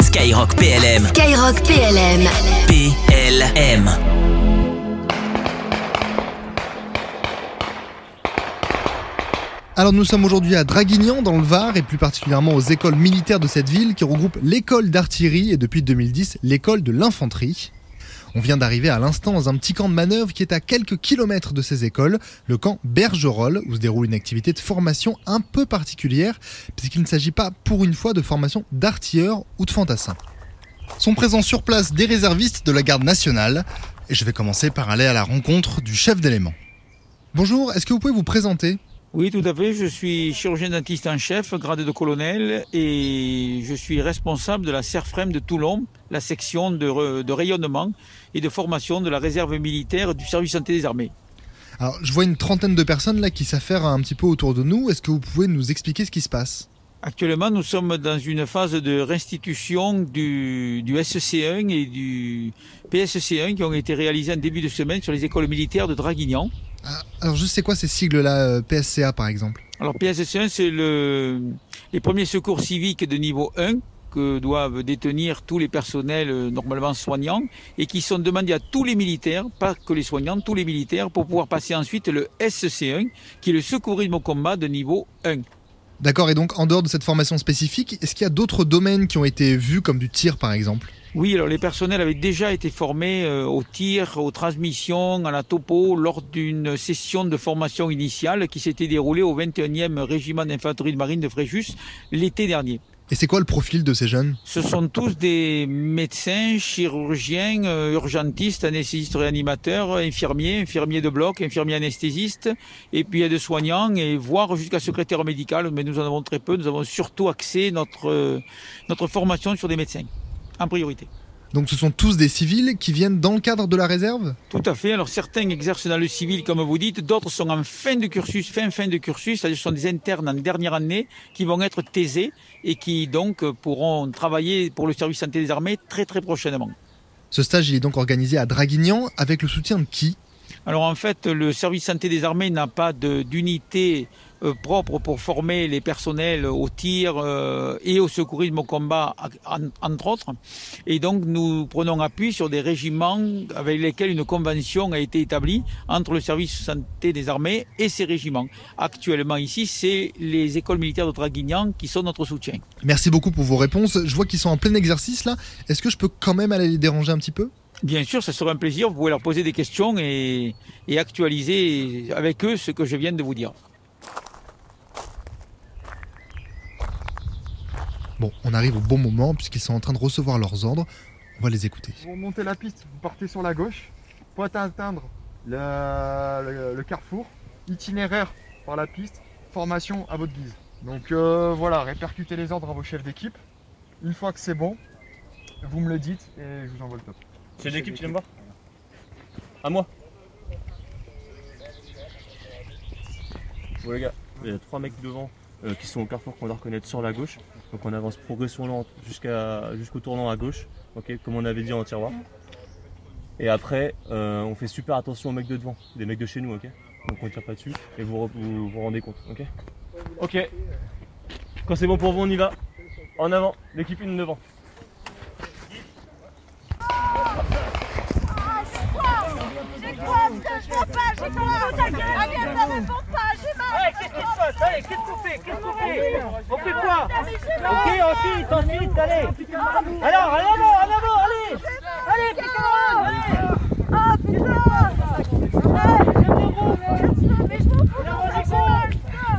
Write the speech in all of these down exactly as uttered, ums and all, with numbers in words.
Skyrock P L M. Skyrock P L M. P L M. Alors nous sommes aujourd'hui à Draguignan dans le Var et plus particulièrement aux écoles militaires de cette ville qui regroupe l'école d'artillerie et depuis deux mille dix l'école de l'infanterie. On vient d'arriver à l'instant dans un petit camp de manœuvre qui est à quelques kilomètres de ces écoles, le camp Bergerolles, où se déroule une activité de formation un peu particulière puisqu'il ne s'agit pas pour une fois de formation d'artilleurs ou de fantassins. Sont présents sur place des réservistes de la garde nationale et je vais commencer par aller à la rencontre du chef d'élément. Bonjour, est-ce que vous pouvez vous présenter ? Oui, tout à fait. Je suis chirurgien dentiste en chef, grade de colonel, et je suis responsable de la CERFREM de Toulon, la section de, re, de rayonnement et de formation de la réserve militaire du service santé des armées. Alors, je vois une trentaine de personnes là qui s'affairent un petit peu autour de nous. Est-ce que vous pouvez nous expliquer ce qui se passe ? Actuellement, nous sommes dans une phase de restitution du, du S C un et du P S C un qui ont été réalisés en début de semaine sur les écoles militaires de Draguignan. Alors, juste c'est quoi ces sigles-là, P S C A par exemple ? Alors, P S C un, c'est le, les premiers secours civiques de niveau un que doivent détenir tous les personnels normalement soignants et qui sont demandés à tous les militaires, pas que les soignants, tous les militaires, pour pouvoir passer ensuite le S C un, qui est le secourisme au combat de niveau un. D'accord, et donc en dehors de cette formation spécifique, est-ce qu'il y a d'autres domaines qui ont été vus comme du tir par exemple ? Oui, alors les personnels avaient déjà été formés euh, au tir, aux transmissions, à la topo lors d'une session de formation initiale qui s'était déroulée au vingt et unième régiment d'infanterie de marine de Fréjus l'été dernier. Et c'est quoi le profil de ces jeunes ? Ce sont tous des médecins, chirurgiens, euh, urgentistes, anesthésistes, réanimateurs, infirmiers, infirmiers de bloc, infirmiers anesthésistes, et puis aides-soignants, et voire jusqu'à secrétaire médical, mais nous en avons très peu. Nous avons surtout axé notre, euh, notre formation sur des médecins, en priorité. Donc ce sont tous des civils qui viennent dans le cadre de la réserve ? Tout à fait. Alors certains exercent dans le civil, comme vous dites, d'autres sont en fin de cursus, fin fin de cursus, c'est-à-dire ce sont des internes en dernière année qui vont être thésés et qui donc pourront travailler pour le service santé des armées très très prochainement. Ce stage il est donc organisé à Draguignan avec le soutien de qui ? Alors en fait, le service santé des armées n'a pas de, d'unité euh, propre pour former les personnels au tir euh, et au secourisme au combat, en, entre autres. Et donc nous prenons appui sur des régiments avec lesquels une convention a été établie entre le service santé des armées et ces régiments. Actuellement ici, c'est les écoles militaires de Draguignan qui sont notre soutien. Merci beaucoup pour vos réponses. Je vois qu'ils sont en plein exercice là. Est-ce que je peux quand même aller les déranger un petit peu ? Bien sûr, ça sera un plaisir. Vous pouvez leur poser des questions et, et actualiser avec eux ce que je viens de vous dire. Bon, on arrive au bon moment puisqu'ils sont en train de recevoir leurs ordres. On va les écouter. Vous montez la piste, vous partez sur la gauche pour atteindre le, le, le carrefour. Itinéraire par la piste, formation à votre guise. Donc euh, voilà, répercutez les ordres à vos chefs d'équipe. Une fois que c'est bon, vous me le dites et je vous envoie le top. C'est l'équipe qui vient me voir ? À moi. Bon les gars, il y a trois mecs devant euh, qui sont au carrefour qu'on doit reconnaître sur la gauche. Donc on avance progression lente jusqu'à, jusqu'au tournant à gauche, okay, comme on avait dit en tiroir. Et après, euh, on fait super attention aux mecs de devant, des mecs de chez nous, ok ? Donc on ne tire pas dessus et vous vous, vous rendez compte, ok ? Ok. Quand c'est bon pour vous, on y va. En avant, l'équipe une devant. Je vois pas, j'ai pas ta gueule. Allez, ça répond pas, j'ai mal. Allez, qu'est-ce qui se passe? Allez, qu'est-ce qu'on fait? Qu'est-ce qu'on fait? On fait quoi? Ok, ensuite, ensuite, allez. Alors, en avant, en avant, allez. Allez, petit camarade. Ah putain. Mais je m'en fous, j'ai mal.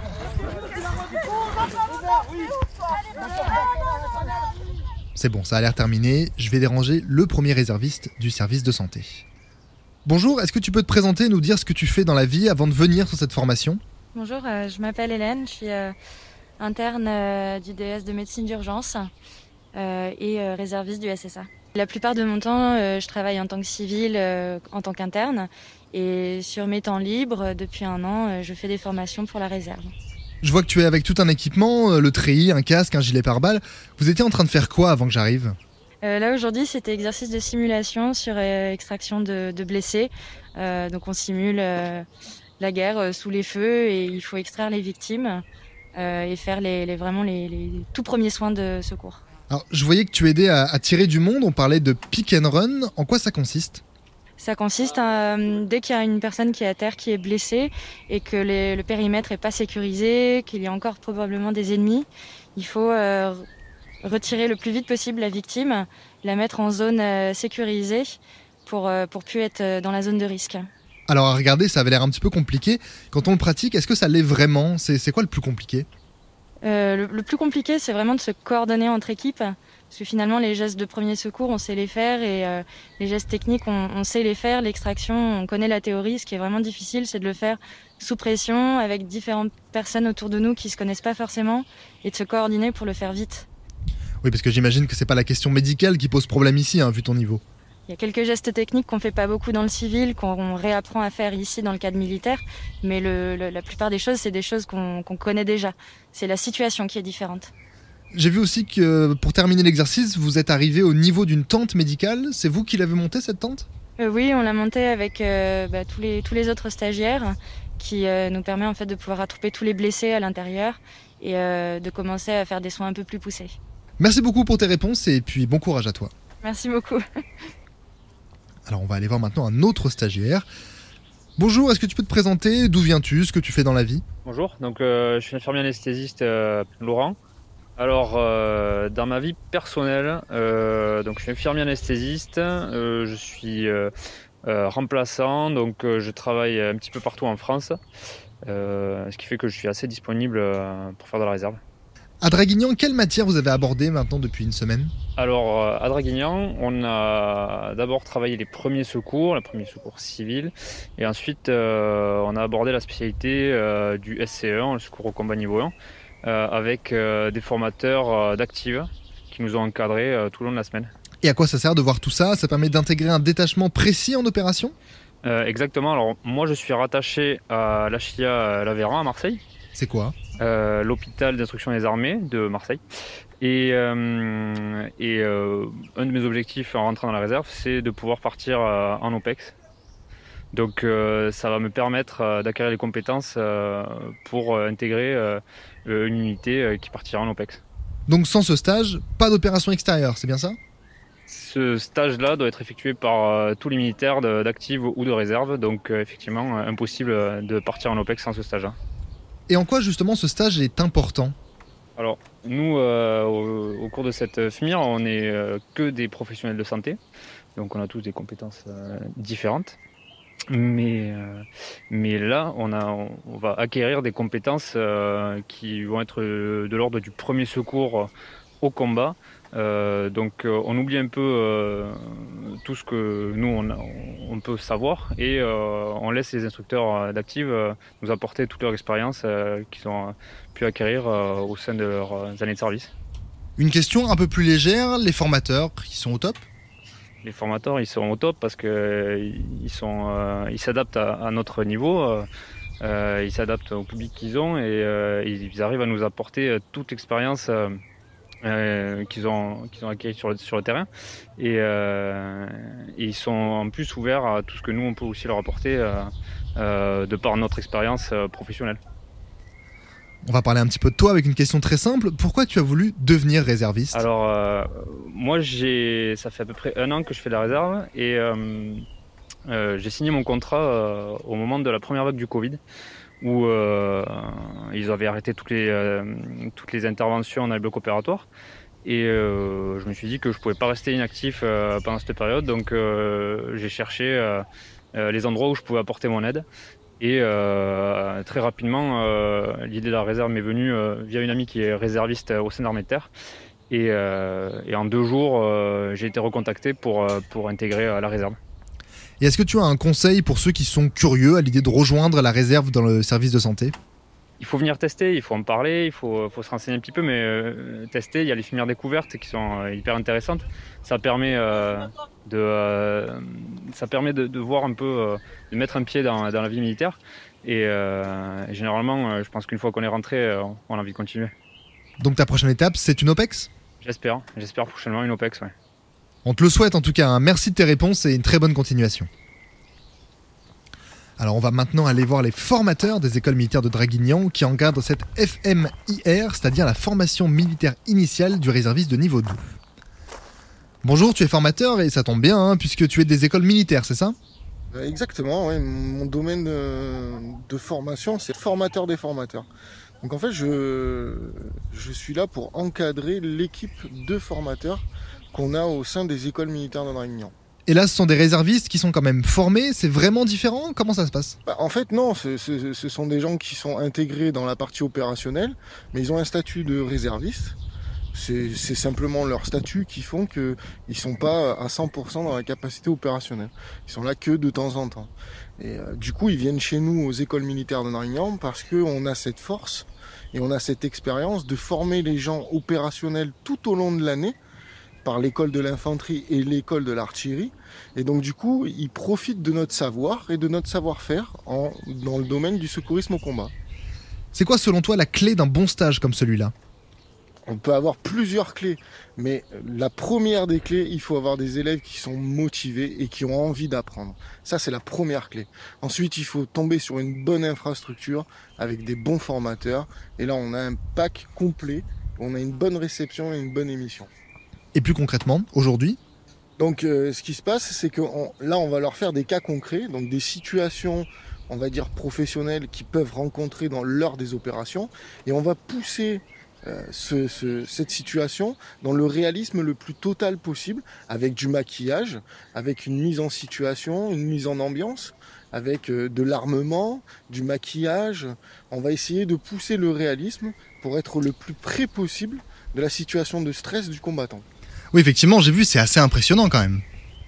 C'est bon, ça a l'air terminé. Je vais déranger le premier réserviste du service de santé. Bonjour, est-ce que tu peux te présenter et nous dire ce que tu fais dans la vie avant de venir sur cette formation ? Bonjour, euh, je m'appelle Hélène, je suis euh, interne euh, du D S de médecine d'urgence euh, et euh, réserviste du S S A. La plupart de mon temps, euh, je travaille en tant que civile, euh, en tant qu'interne, et sur mes temps libres, depuis un an, euh, je fais des formations pour la réserve. Je vois que tu es avec tout un équipement, le treillis, un casque, un gilet pare-balles. Vous étiez en train de faire quoi avant que j'arrive ? Euh, là aujourd'hui, c'était exercice de simulation sur euh, extraction de, de blessés. Euh, donc on simule euh, la guerre euh, sous les feux et il faut extraire les victimes euh, et faire les, les, vraiment les, les tout premiers soins de secours. Alors, je voyais que tu aidais à, à tirer du monde, on parlait de pick and run. En quoi ça consiste ? Ça consiste à, euh, dès qu'il y a une personne qui est à terre, qui est blessée et que les, le périmètre n'est pas sécurisé, qu'il y a encore probablement des ennemis, il faut euh, retirer le plus vite possible la victime, la mettre en zone euh, sécurisée pour ne euh, plus être dans la zone de risque. Alors à regarder, ça avait l'air un petit peu compliqué. Quand on le pratique, est-ce que ça l'est vraiment ? C'est, c'est quoi le plus compliqué ? Euh, le, le plus compliqué, c'est vraiment de se coordonner entre équipes, parce que finalement, les gestes de premier secours, on sait les faire, et euh, les gestes techniques, on, on sait les faire. L'extraction, on connaît la théorie. Ce qui est vraiment difficile, c'est de le faire sous pression, avec différentes personnes autour de nous qui ne se connaissent pas forcément, et de se coordonner pour le faire vite. Oui, parce que j'imagine que c'est pas la question médicale qui pose problème ici, hein, vu ton niveau. Il y a quelques gestes techniques qu'on ne fait pas beaucoup dans le civil, qu'on réapprend à faire ici dans le cadre militaire, mais le, le, la plupart des choses, c'est des choses qu'on, qu'on connaît déjà. C'est la situation qui est différente. J'ai vu aussi que pour terminer l'exercice, vous êtes arrivé au niveau d'une tente médicale. C'est vous qui l'avez montée, cette tente ? euh, Oui, on l'a montée avec euh, bah, tous, les, tous les autres stagiaires, qui euh, nous permet en fait de pouvoir attrouper tous les blessés à l'intérieur et euh, de commencer à faire des soins un peu plus poussés. Merci beaucoup pour tes réponses et puis bon courage à toi. Merci beaucoup. Alors on va aller voir maintenant un autre stagiaire. Bonjour, est-ce que tu peux te présenter ? D'où viens-tu ? Ce que tu fais dans la vie ? Bonjour, donc euh, je suis infirmier anesthésiste euh, Laurent. Alors euh, dans ma vie personnelle, euh, donc je suis infirmier anesthésiste, euh, je suis euh, euh, remplaçant, donc euh, je travaille un petit peu partout en France, euh, ce qui fait que je suis assez disponible euh, pour faire de la réserve. À Draguignan, quelle matière vous avez abordée maintenant depuis une semaine ? Alors à Draguignan, on a d'abord travaillé les premiers secours, les premiers secours civils, et ensuite euh, on a abordé la spécialité euh, du S C E un, le secours au combat niveau un, euh, avec euh, des formateurs euh, d'Active qui nous ont encadrés euh, tout le long de la semaine. Et à quoi ça sert de voir tout ça ? Ça permet d'intégrer un détachement précis en opération ? euh, Exactement, alors moi je suis rattaché à l'H I A Laveran à Marseille. C'est quoi ? euh, L'hôpital d'instruction des armées de Marseille. Et, euh, et euh, un de mes objectifs en rentrant dans la réserve, c'est de pouvoir partir euh, en OPEX. Donc euh, ça va me permettre euh, d'acquérir les compétences euh, pour euh, intégrer euh, une unité euh, qui partira en OPEX. Donc sans ce stage, pas d'opération extérieure, c'est bien ça ? Ce stage-là doit être effectué par euh, tous les militaires de, d'Active ou de réserve, donc euh, effectivement euh, impossible de partir en OPEX sans ce stage-là. Et en quoi justement ce stage est important ? Alors nous, euh, au, au cours de cette F M I R, on n'est euh, que des professionnels de santé, donc on a tous des compétences euh, différentes. Mais, euh, mais là, on, a, on, on va acquérir des compétences euh, qui vont être de l'ordre du premier secours au combat. Euh, donc euh, on oublie un peu euh, tout ce que nous on, a, on peut savoir et euh, on laisse les instructeurs d'Active euh, nous apporter toute leur expérience euh, qu'ils ont pu acquérir euh, au sein de leurs années de service. Une question un peu plus légère, les formateurs, ils sont au top ? Les formateurs ils sont au top parce qu'ils euh, euh, ils s'adaptent à, à notre niveau, euh, euh, ils s'adaptent au public qu'ils ont et euh, ils arrivent à nous apporter euh, toute l'expérience euh, Euh, qu'ils ont, qu'ils ont acquis sur le, sur le terrain et, euh, et ils sont en plus ouverts à tout ce que nous on peut aussi leur apporter euh, euh, de par notre expérience euh, professionnelle. On va parler un petit peu de toi avec une question très simple. Pourquoi tu as voulu devenir réserviste ? Alors euh, moi j'ai, ça fait à peu près un an que je fais de la réserve et euh, euh, j'ai signé mon contrat euh, au moment de la première vague du Covid. Où euh, ils avaient arrêté toutes les, euh, toutes les interventions dans les blocs opératoires. Et euh, je me suis dit que je ne pouvais pas rester inactif euh, pendant cette période, donc euh, j'ai cherché euh, euh, les endroits où je pouvais apporter mon aide. Et euh, très rapidement, euh, l'idée de la réserve m'est venue euh, via une amie qui est réserviste au sein d'Armée de Terre. Et, euh, et en deux jours, euh, j'ai été recontacté pour, pour intégrer euh, la réserve. Et est-ce que tu as un conseil pour ceux qui sont curieux à l'idée de rejoindre la réserve dans le service de santé ? Il faut venir tester, il faut en parler, il faut, faut se renseigner un petit peu, mais euh, tester, il y a les fumières découvertes qui sont euh, hyper intéressantes. Ça permet, euh, de, euh, ça permet de, de voir un peu, euh, de mettre un pied dans, dans la vie militaire. Et, euh, et généralement, euh, je pense qu'une fois qu'on est rentré, euh, on a envie de continuer. Donc ta prochaine étape, c'est une OPEX ? J'espère, j'espère prochainement une OPEX, ouais. On te le souhaite en tout cas, hein. Merci de tes réponses et une très bonne continuation. Alors on va maintenant aller voir les formateurs des écoles militaires de Draguignan qui encadrent cette F M I R, c'est-à-dire la formation militaire initiale du réserviste de niveau deux. Bonjour, tu es formateur et ça tombe bien hein, puisque tu es des écoles militaires, c'est ça ? Exactement, oui. Mon domaine de, de formation, c'est formateur des formateurs. Donc en fait, je, je suis là pour encadrer l'équipe de formateurs qu'on a au sein des écoles militaires de Draguignan. Et là, ce sont des réservistes qui sont quand même formés, c'est vraiment différent ? Comment ça se passe ? Bah, en fait, non, ce, ce, ce sont des gens qui sont intégrés dans la partie opérationnelle, mais ils ont un statut de réserviste. C'est, c'est simplement leur statut qui font qu'ils ne sont pas à cent pour cent dans la capacité opérationnelle. Ils sont là que de temps en temps. Et euh, du coup, ils viennent chez nous aux écoles militaires de Draguignan parce qu'on a cette force et on a cette expérience de former les gens opérationnels tout au long de l'année par l'école de l'infanterie et l'école de l'artillerie. Et donc du coup, ils profitent de notre savoir et de notre savoir-faire en, dans le domaine du secourisme au combat. C'est quoi selon toi la clé d'un bon stage comme celui-là ? On peut avoir plusieurs clés, mais la première des clés, il faut avoir des élèves qui sont motivés et qui ont envie d'apprendre. Ça, c'est la première clé. Ensuite, il faut tomber sur une bonne infrastructure avec des bons formateurs. Et là, on a un pack complet, on a une bonne réception et une bonne émission. Et plus concrètement, aujourd'hui ? Donc, euh, ce qui se passe, c'est que on, là, on va leur faire des cas concrets, donc des situations, on va dire, professionnelles qu'ils peuvent rencontrer dans l'heure des opérations. Et on va pousser euh, ce, ce, cette situation dans le réalisme le plus total possible, avec du maquillage, avec une mise en situation, une mise en ambiance, avec euh, de l'armement, du maquillage. On va essayer de pousser le réalisme pour être le plus près possible de la situation de stress du combattant. Oui, effectivement, j'ai vu, c'est assez impressionnant quand même.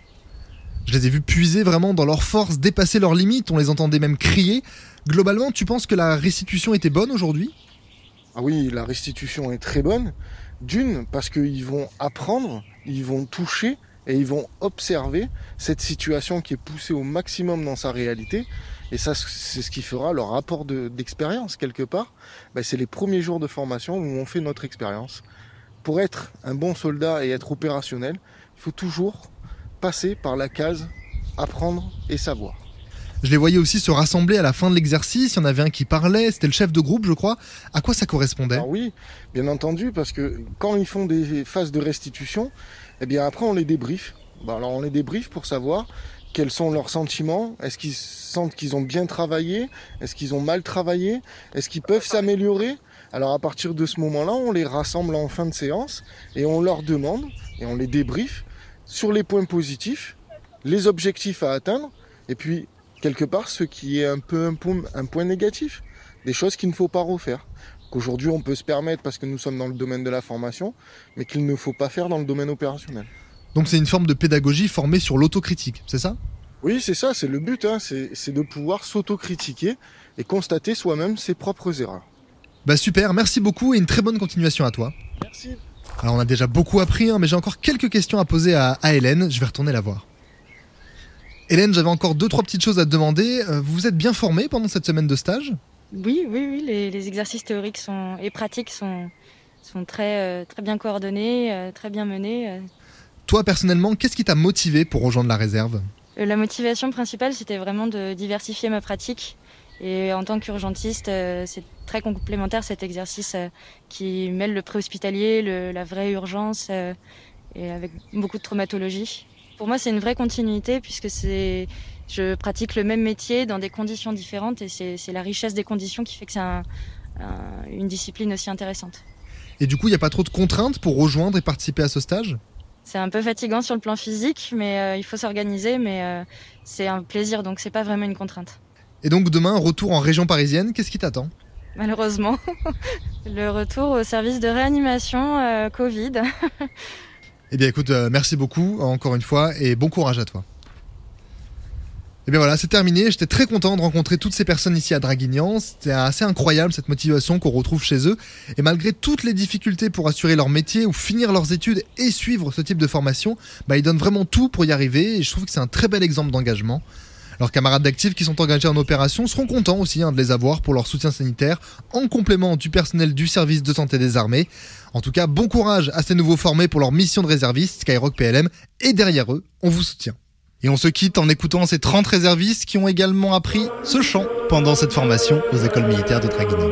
Je les ai vus puiser vraiment dans leur force, dépasser leurs limites, on les entendait même crier. Globalement, tu penses que la restitution était bonne aujourd'hui ? Ah oui, la restitution est très bonne. D'une, parce qu'ils vont apprendre, ils vont toucher et ils vont observer cette situation qui est poussée au maximum dans sa réalité. Et ça, c'est ce qui fera leur rapport de, d'expérience quelque part. Ben, c'est les premiers jours de formation où on fait notre expérience. Pour être un bon soldat et être opérationnel, il faut toujours passer par la case apprendre et savoir. Je les voyais aussi se rassembler à la fin de l'exercice, il y en avait un qui parlait, c'était le chef de groupe je crois. À quoi ça correspondait ? Alors oui, bien entendu, parce que quand ils font des phases de restitution, eh bien après on les débriefe. Bon, alors on les débriefe pour savoir quels sont leurs sentiments, est-ce qu'ils sentent qu'ils ont bien travaillé, est-ce qu'ils ont mal travaillé, est-ce qu'ils peuvent s'améliorer ? Alors à partir de ce moment-là, on les rassemble en fin de séance et on leur demande, et on les débriefe sur les points positifs, les objectifs à atteindre, et puis quelque part ce qui est un peu un point, un point négatif, des choses qu'il ne faut pas refaire, qu'aujourd'hui on peut se permettre parce que nous sommes dans le domaine de la formation, mais qu'il ne faut pas faire dans le domaine opérationnel. Donc c'est une forme de pédagogie formée sur l'autocritique, c'est ça ? Oui, c'est ça, c'est le but, hein, c'est, c'est de pouvoir s'autocritiquer et constater soi-même ses propres erreurs. Bah super, merci beaucoup et une très bonne continuation à toi. Merci. Alors on a déjà beaucoup appris, hein, mais j'ai encore quelques questions à poser à, à Hélène, je vais retourner la voir. Hélène, j'avais encore deux, trois petites choses à te demander. Euh, vous vous êtes bien formée pendant cette semaine de stage ? Oui, oui, oui, les, les exercices théoriques sont, et pratiques sont, sont très, euh, très bien coordonnés, euh, très bien menés. Euh. Toi personnellement, qu'est-ce qui t'a motivé pour rejoindre la réserve ? Euh, La motivation principale, c'était vraiment de diversifier ma pratique. Et en tant qu'urgentiste, euh, c'est très complémentaire cet exercice euh, qui mêle le préhospitalier, le, la vraie urgence euh, et avec beaucoup de traumatologie. Pour moi, c'est une vraie continuité puisque c'est, je pratique le même métier dans des conditions différentes et c'est, c'est la richesse des conditions qui fait que c'est un, un, une discipline aussi intéressante. Et du coup, il n'y a pas trop de contraintes pour rejoindre et participer à ce stage ? C'est un peu fatigant sur le plan physique, mais euh, il faut s'organiser, mais euh, c'est un plaisir, donc c'est pas vraiment une contrainte. Et donc demain, retour en région parisienne, qu'est-ce qui t'attend ? Malheureusement, le retour au service de réanimation euh, Covid. Eh bien écoute, euh, merci beaucoup encore une fois et bon courage à toi. Et bien voilà, c'est terminé, j'étais très content de rencontrer toutes ces personnes ici à Draguignan, c'était assez incroyable cette motivation qu'on retrouve chez eux, et malgré toutes les difficultés pour assurer leur métier ou finir leurs études et suivre ce type de formation, bah, ils donnent vraiment tout pour y arriver et je trouve que c'est un très bel exemple d'engagement. Leurs camarades d'actifs qui sont engagés en opération seront contents aussi hein, de les avoir pour leur soutien sanitaire en complément du personnel du service de santé des armées. En tout cas, bon courage à ces nouveaux formés pour leur mission de réserviste. Skyrock P L M est derrière eux, on vous soutient. Et on se quitte en écoutant ces trente réservistes qui ont également appris ce chant pendant cette formation aux écoles militaires de Draguignan.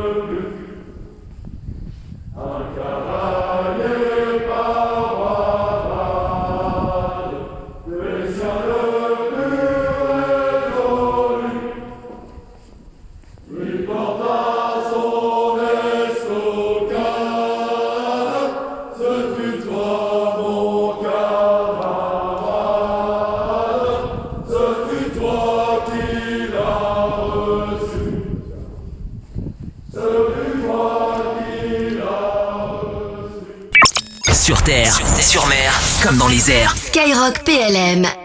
Sur terre, sur mer, comme dans les airs. Skyrock P L M.